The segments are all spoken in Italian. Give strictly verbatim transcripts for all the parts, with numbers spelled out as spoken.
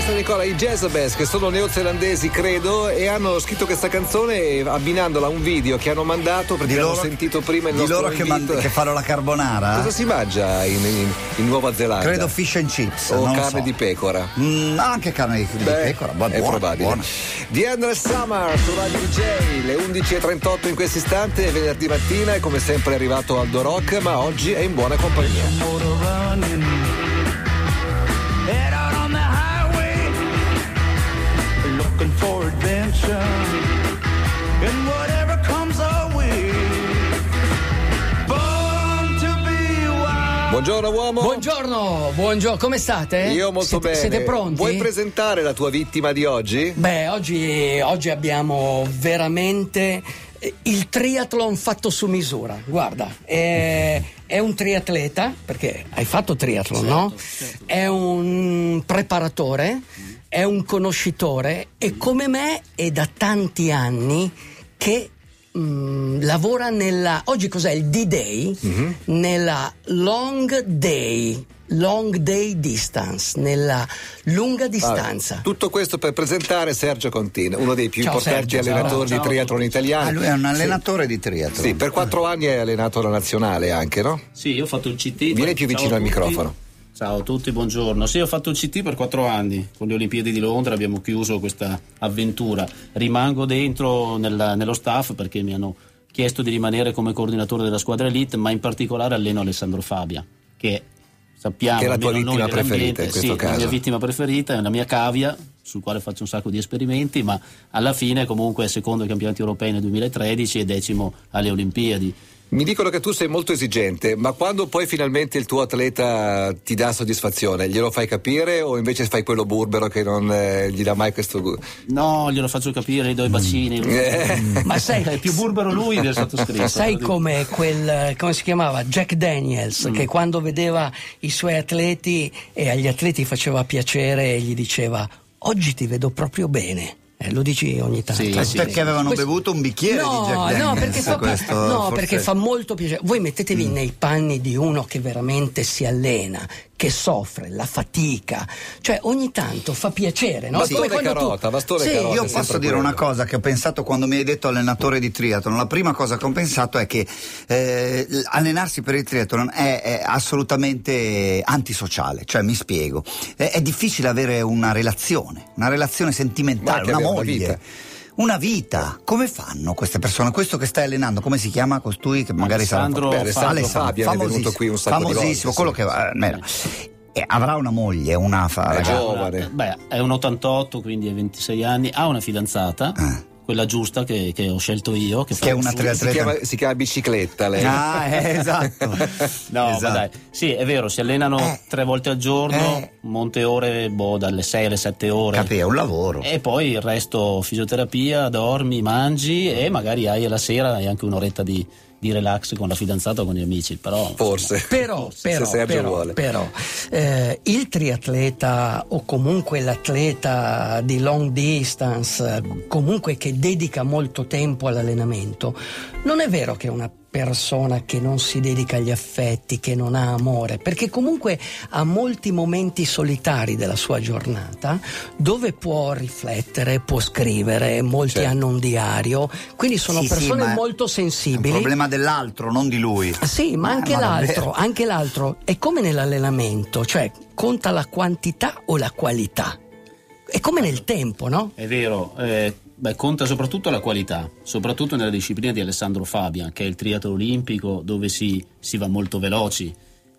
Maestro Nicola, i Jezebels, che sono neozelandesi credo, e hanno scritto questa canzone abbinandola a un video che hanno mandato perché di hanno loro, sentito prima il di nostro loro che, invito. man- che fanno la carbonara. Cosa si mangia in, in, in Nuova Zelanda? Credo fish and chips o non carne so. di pecora. Mm, anche carne di, di Beh, pecora, buona, è buona, probabile. buona. The Endless Summer su Radio D J, le undici e trentotto in questo istante, è venerdì mattina e come sempre è arrivato Aldo Rock, ma oggi è in buona compagnia. Looking for adventure and whatever comes our way. Born to be wild. Buongiorno uomo. Buongiorno, buongiorno, come state? Io molto siete, bene. Siete pronti? Vuoi presentare la tua vittima di oggi? Beh, oggi, oggi abbiamo veramente il triathlon fatto su misura. Guarda, è, è un triatleta, perché hai fatto triathlon, certo, no? Certo. È un preparatore, è un conoscitore e come me è da tanti anni che mh, lavora nella, oggi cos'è il D-Day? Mm-hmm. Nella Long Day Long Day Distance, nella lunga distanza. Ah, tutto questo per presentare Sergio Contin, uno dei più ciao, importanti Sergio, allenatori ciao, di triathlon italiani. Ah, lui è un allenatore sì. di triathlon. Sì, per quattro anni hai allenato la nazionale anche, no? Sì, io ho fatto il C T. Vieni più vicino al microfono. Ciao a tutti, buongiorno. Sì, ho fatto il C T per quattro anni. Con le Olimpiadi di Londra abbiamo chiuso questa avventura. Rimango dentro nella, nello staff perché mi hanno chiesto di rimanere come coordinatore della squadra elite, ma in particolare alleno Alessandro Fabia, che sappiamo che è la tua vittima preferita in questo sì, caso. La mia vittima preferita è la mia cavia, sul quale faccio un sacco di esperimenti, ma alla fine comunque è secondo ai campionati europei nel duemilatredici e decimo alle Olimpiadi. Mi dicono che tu sei molto esigente, ma quando poi finalmente il tuo atleta ti dà soddisfazione, glielo fai capire o invece fai quello burbero che non eh, gli dà mai questo gusto? No, glielo faccio capire, gli do i bacini. Eh. Ma sai, è più burbero lui del sottoscritto. Sai come quel, come si chiamava? Jack Daniels, mm. che quando vedeva i suoi atleti e agli atleti faceva piacere e gli diceva: oggi ti vedo proprio bene. Eh, lo dici ogni tanto. Sì, sì, perché avevano questo... bevuto un bicchiere no, di Jack Daniels. No, perché fa, questo, no forse... perché fa molto piacere. Voi mettetevi mm. nei panni di uno che veramente si allena, che soffre, la fatica. Cioè ogni tanto fa piacere, no? Bastone Come carota, tu... bastone sì, carota. Io posso dire quello. una cosa che ho pensato quando mi hai detto allenatore di triathlon. La prima cosa che ho pensato è che eh, allenarsi per il triathlon è, è assolutamente antisociale. Cioè, mi spiego, è, è difficile avere una relazione, una relazione sentimentale, una moglie. Una vita. Una vita, come fanno queste persone? Questo che stai allenando, come si chiama costui che magari Alessandro, sarà Alessandro Alessandro Fabia, è venuto qui un sacco di famosissimo, volte, quello sì. che eh, e avrà una moglie, una fa, è ragazza. giovane. Beh, è un ottantotto, quindi ha ventisei anni, ha una fidanzata. Eh. Quella giusta che, che ho scelto io, che, che è una triatleta. Si chiama, si chiama bicicletta lei. Ah, eh, esatto. no, esatto. ma dai, sì, è vero, si allenano eh, tre volte al giorno, eh, monte ore, boh, dalle sei alle sette ore. Capì, è un lavoro. E poi il resto fisioterapia, dormi, mangi e magari hai alla sera hai anche un'oretta di di relax con la fidanzata o con gli amici, però forse però però, se Sergio però, vuole. però eh, il triatleta o comunque l'atleta di long distance, comunque che dedica molto tempo all'allenamento, non è vero che è una persona che non si dedica agli affetti, che non ha amore, perché comunque ha molti momenti solitari della sua giornata dove può riflettere, può scrivere, molti certo. hanno un diario, quindi sono sì, persone sì, molto sensibili. È un problema dell'altro, non di lui. Sì, ma anche eh, ma l'altro, anche l'altro è come nell'allenamento, cioè conta la quantità o la qualità. È come nel tempo, no? È vero, eh, beh, conta soprattutto la qualità, soprattutto nella disciplina di Alessandro Fabia, che è il triathlon olimpico, dove si, si va molto veloci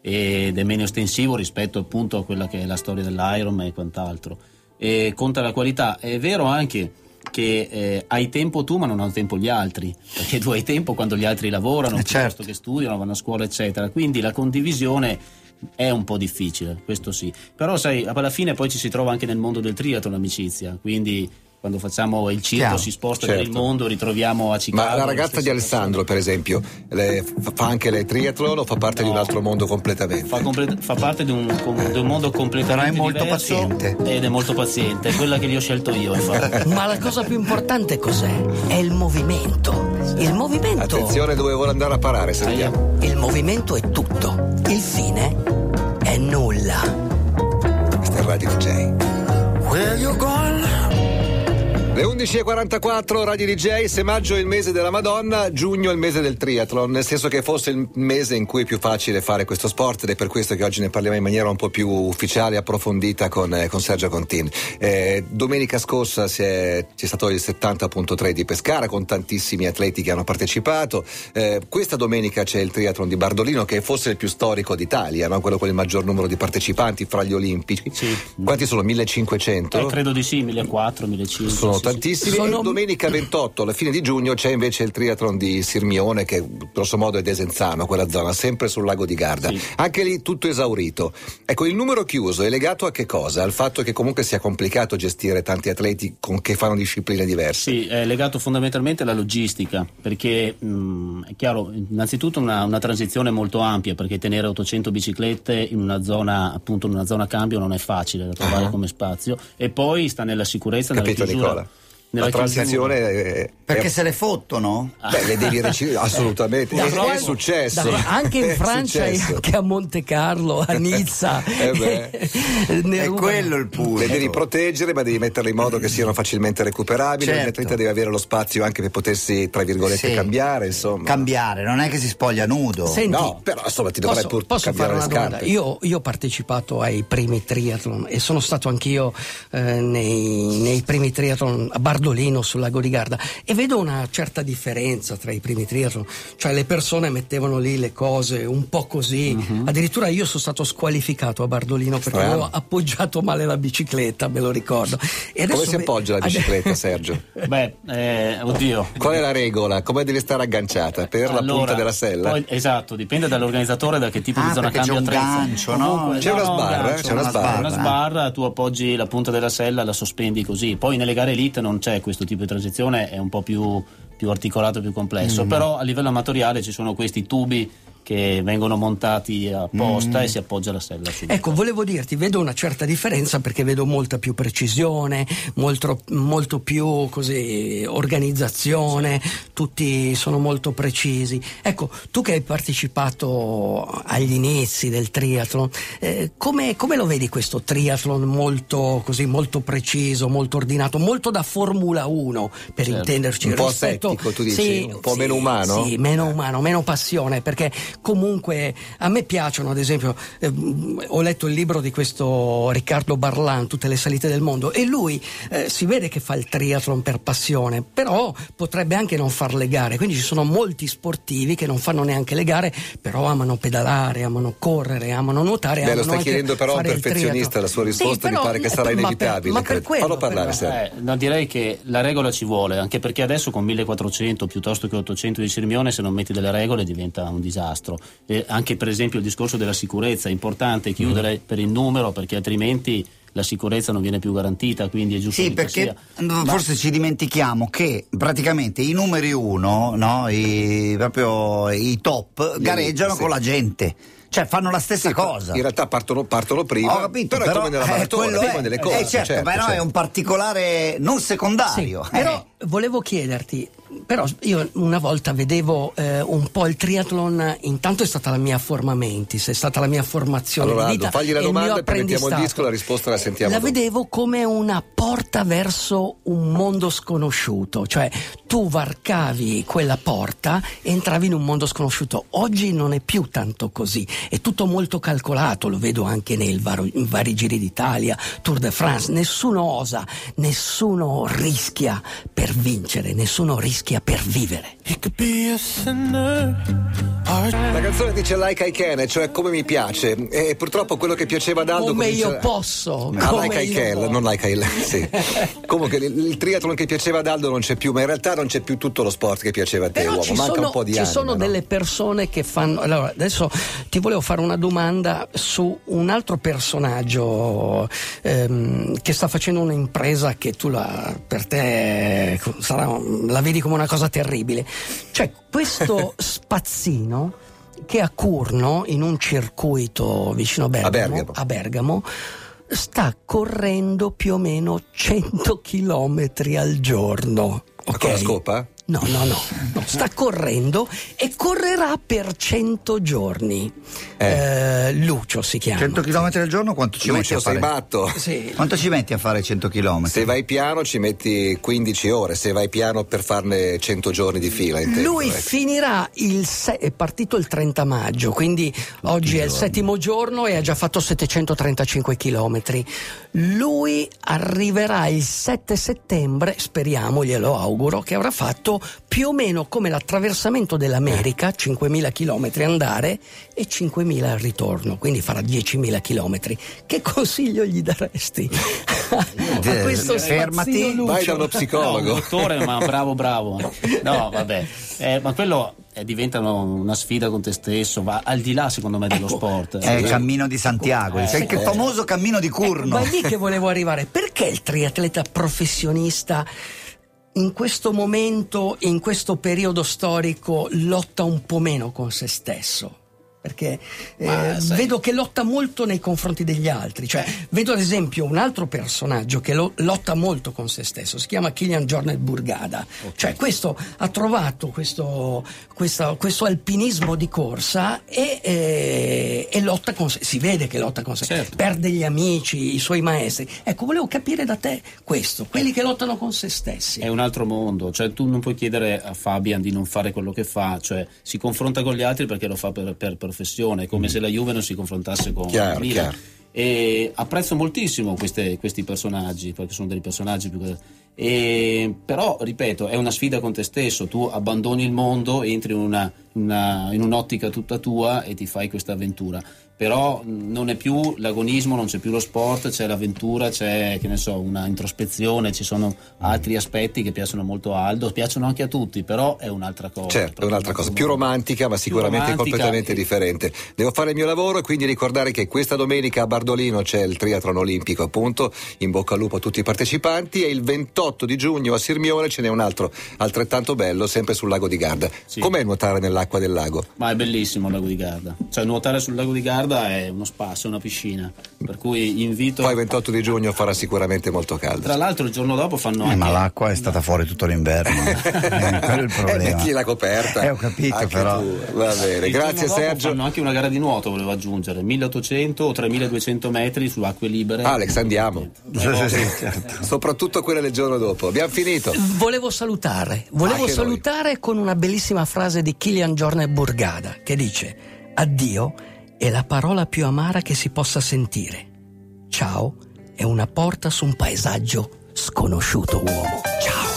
ed è meno estensivo rispetto appunto a quella che è la storia dell'Ironman e quant'altro. E conta la qualità. È vero anche che eh, hai tempo tu ma non hanno tempo gli altri, perché tu hai tempo quando gli altri lavorano, eh piuttosto certo. che studiano, vanno a scuola eccetera, quindi la condivisione è un po' difficile, questo sì, però sai, alla fine poi ci si trova anche nel mondo del triathlon l'amicizia, quindi quando facciamo il circo Chiaro, si sposta certo. per il mondo, ritroviamo a Chicago. Ma la ragazza di Alessandro, per esempio, le, fa anche le triathlon o fa parte no, di un altro mondo completamente? Fa, comple- fa parte di un, di un mondo completamente Però è molto diverso paziente. ed è molto paziente, è quella che gli ho scelto io, infatti. Ma la cosa più importante cos'è? È il movimento. Il movimento. Attenzione dove vuole andare a parare, sentiamo. Il movimento è tutto, il fine è nulla. Questa è Radio D J. Where you going? Le undici e quarantaquattro, Radio D J. Se maggio è il mese della Madonna, giugno è il mese del triathlon, nel senso che forse il mese in cui è più facile fare questo sport, ed è per questo che oggi ne parliamo in maniera un po' più ufficiale e approfondita con, eh, con Sergio Contin. Eh, domenica scorsa si è, c'è stato il settanta punto tre di Pescara con tantissimi atleti che hanno partecipato. Eh, questa domenica c'è il triathlon di Bardolino, che è forse il più storico d'Italia, no? Quello con il maggior numero di partecipanti fra gli olimpici. Sì. Quanti sono? millecinquecento? Eh, credo di sì, millequattrocento, millecinquecento. Sono sì, tantissimi. Sono... E domenica ventotto, alla fine di giugno, c'è invece il triathlon di Sirmione, che grosso modo è Desenzano, quella zona, sempre sul lago di Garda. Sì. Anche lì tutto esaurito. Ecco, il numero chiuso è legato a che cosa? Al fatto che comunque sia complicato gestire tanti atleti con, che fanno discipline diverse. Sì, è legato fondamentalmente alla logistica, perché mh, è chiaro, innanzitutto una, una transizione molto ampia, perché tenere ottocento biciclette in una zona, appunto in una zona cambio, non è facile da trovare uh-huh. come spazio, e poi sta nella sicurezza, Capito, nella chiusura. Nicola? Nella la transizione è, Perché è... se le fottono? Beh, le devi recitare assolutamente. Da È, quando- è successo. da- anche in È Francia e successo. anche a Monte Carlo, a Nizza. Eh beh. Ne È rubano. quello il punto. Le devi proteggere, ma devi metterle in modo che siano facilmente recuperabili. Certo. L'atleta deve avere lo spazio anche per potersi, tra virgolette, Sì. cambiare. Insomma, Cambiare, non è che si spoglia nudo. Senti, no, però insomma ti dovrai posso, pur posso cambiare fare le una domanda? scarpe. Io, io ho partecipato ai primi triathlon e sono stato anch'io eh, nei, nei primi triathlon a Bardolino sul lago di Garda, e vedo una certa differenza tra i primi triathlon, cioè le persone mettevano lì le cose un po' così. Uh-huh. Addirittura io sono stato squalificato a Bardolino perché Strano. avevo appoggiato male la bicicletta, me lo ricordo. E adesso Come si ve- appoggia la bicicletta, Sergio? Beh, eh, oddio. Qual è la regola? Come deve stare agganciata? Per la punta della sella? Poi, esatto, dipende dall'organizzatore, da che tipo Ah, di zona perché c'è cambio un attrezza. gancio, no? Comunque, C'è una no, sbarra, un eh? gancio, C'è una sbarra. Una sbarra, tu appoggi la punta della sella, la sospendi così. Poi nelle gare elite non c'è questo tipo di transizione, è un po' più, più articolato, più complesso. Mm. Però a livello amatoriale ci sono questi tubi che vengono montati apposta Mm. e si appoggia la sella su. Ecco, volevo dirti, vedo una certa differenza perché vedo molta più precisione, molto, molto più così organizzazione, tutti sono molto precisi. Ecco, tu che hai partecipato agli inizi del triathlon, eh, come, come lo vedi questo triathlon molto così, molto preciso, molto ordinato, molto da Formula uno, per Certo. intenderci? Un po' rispetto- asettico, tu dici? Sì, Un po' sì, meno umano? Sì, meno umano, meno passione, perché comunque a me piacciono, ad esempio, eh, ho letto il libro di questo Riccardo Barlan, Tutte le salite del mondo, e lui eh, si vede che fa il triathlon per passione, però potrebbe anche non far le gare, quindi ci sono molti sportivi che non fanno neanche le gare, però amano pedalare, amano correre, amano nuotare. Beh, lo amano stai anche chiedendo però a un fare il perfezionista, triathlon. la sua risposta Sì, però- mi pare che sarà ma per- inevitabile. ma per credo. quello, Fallo parlare, per- Sergio. Eh, no, direi che la regola ci vuole, anche perché adesso con millequattrocento piuttosto che ottocento di Sirmione, se non metti delle regole diventa un disastro. E anche per esempio il discorso della sicurezza, è importante chiudere mm. per il numero, perché altrimenti la sicurezza non viene più garantita, quindi è giusto Sì, che perché sia. forse Ma... ci dimentichiamo che praticamente i numeri uno, no, i, proprio i top, Gli gareggiano elite, con sì. la gente. Cioè fanno la stessa cosa. In realtà partono, partono prima, Ho capito, però, però è come nella eh, maratona, quello è è. come nelle Eh, cose. certo, certo, però certo. è un particolare non secondario. Sì, eh. però volevo chiederti, però io una volta vedevo eh, un po' il triathlon, intanto è stata la mia forma mentis, è stata la mia formazione Allora, di Aldo, vita, fagli la e il mio domanda e poi mettiamo il apprendistato. disco, la risposta la sentiamo La dopo. vedevo come una porta verso un mondo sconosciuto, cioè tu varcavi quella porta e entravi in un mondo sconosciuto. Oggi non è più tanto così, è tutto molto calcolato, lo vedo anche nei vari, in vari Giri d'Italia, Tour de France, nessuno osa, nessuno rischia per vincere, nessuno rischia per vivere. You could be a sinner or La canzone dice Like I Can, cioè come mi piace, e purtroppo quello che piaceva ad Aldo Come comincia- io posso, Ah, come like I io can, posso. non like I sì. Comunque il, il triathlon che piaceva ad Aldo non c'è più, ma in realtà non c'è più tutto lo sport che piaceva a te, Però uomo. ci Manca sono, un po' di ci anima, sono no? delle persone che fanno. Allora, adesso ti volevo fare una domanda su un altro personaggio ehm, che sta facendo un'impresa che tu la, per te sarà, la vedi come una cosa terribile. Cioè, questo spazzino che a Curno, in un circuito vicino a Bergamo, A Bergamo. a Bergamo sta correndo più o meno cento chilometri al giorno. Ma ok? con la scopa? No, no, no, no, sta correndo e correrà per cento giorni. Eh. Eh, Lucio si chiama. cento chilometri al giorno quanto ci metti Lucio, a sei fare? matto. Sì. Quanto ci metti a fare cento chilometri? Se vai piano ci metti quindici ore, se vai piano per farne cento giorni di fila. In tempo, Lui ecco. finirà il se- è partito il trenta maggio, quindi oggi è il settimo giorno e ha già fatto settecentotrentacinque chilometri. Lui arriverà il sette settembre, speriamo, glielo auguro, che avrà fatto più o meno come l'attraversamento dell'America, cinquemila chilometri andare e cinquemila al ritorno, quindi farà diecimila chilometri. Che consiglio gli daresti a questo Fermati, spazzino Lucio? vai da uno No, psicologo. un dottore, ma bravo, bravo. No, vabbè, eh, ma quello eh, diventa una sfida con te stesso, va al di là, secondo me, dello Ecco, sport. È il cammino di Santiago, Eh, c'è il eh. famoso cammino di Curno. Ma è lì che volevo arrivare. Perché il triatleta professionista in questo momento, in questo periodo storico, lotta un po' meno con se stesso? Perché eh, Ma, sai- vedo che lotta molto nei confronti degli altri, cioè vedo ad esempio un altro personaggio che lo, lotta molto con se stesso, si chiama Kilian Jornet Burgada, cioè questo ha trovato questo, questo, questo alpinismo di corsa e, eh, e lotta con se, si vede che lotta con se, Certo. perde gli amici, i suoi maestri. Ecco, volevo capire da te questo, quelli che lottano con se stessi. È un altro mondo, cioè tu non puoi chiedere a Fabian di non fare quello che fa, cioè si confronta con gli altri perché lo fa per, per professione, è come se la Juve non si confrontasse con Chiaro, il Milan. chiaro. E apprezzo moltissimo queste- questi personaggi, perché sono dei personaggi più che... E, però ripeto, è una sfida con te stesso, tu abbandoni il mondo, entri in, una, una- in un'ottica tutta tua e ti fai questa avventura. Però non è più l'agonismo, non c'è più lo sport, c'è l'avventura, c'è, che ne so, una introspezione, ci sono altri aspetti che piacciono molto a Aldo, piacciono anche a tutti, però è un'altra cosa. Certo, è un'altra cosa, più mondo. romantica ma sicuramente romantica completamente e- differente. Devo fare il mio lavoro e quindi ricordare che questa domenica a Bardolino c'è il triathlon olimpico, appunto, in bocca al lupo a tutti i partecipanti, e il ventotto di giugno a Sirmione ce n'è un altro altrettanto bello, sempre sul lago di Garda. Sì. Com'è nuotare nell'acqua del lago? Ma è bellissimo il lago di Garda, cioè nuotare sul lago di Garda è uno spasso, è una piscina, per cui invito... Poi il ventotto di giugno farà sicuramente molto caldo. Tra l'altro il giorno dopo fanno Eh, anche... ma l'acqua è stata fuori tutto l'inverno. Eh, quello è il Eh, problema. metti la coperta. Eh, ho capito, Anche però. tu. Va bene, Il grazie giorno dopo Sergio. fanno anche una gara di nuoto, volevo aggiungere, milleottocento o tremiladuecento metri su acque libere. Alex, andiamo. Sì, sì, sì, certo. Soprattutto quelle del giorno dopo. Abbiamo finito. Volevo salutare, volevo Anche noi. salutare con una bellissima frase di Kilian Jornet Burgada che dice: addio è la parola più amara che si possa sentire. Ciao è una porta su un paesaggio sconosciuto, uomo. Ciao.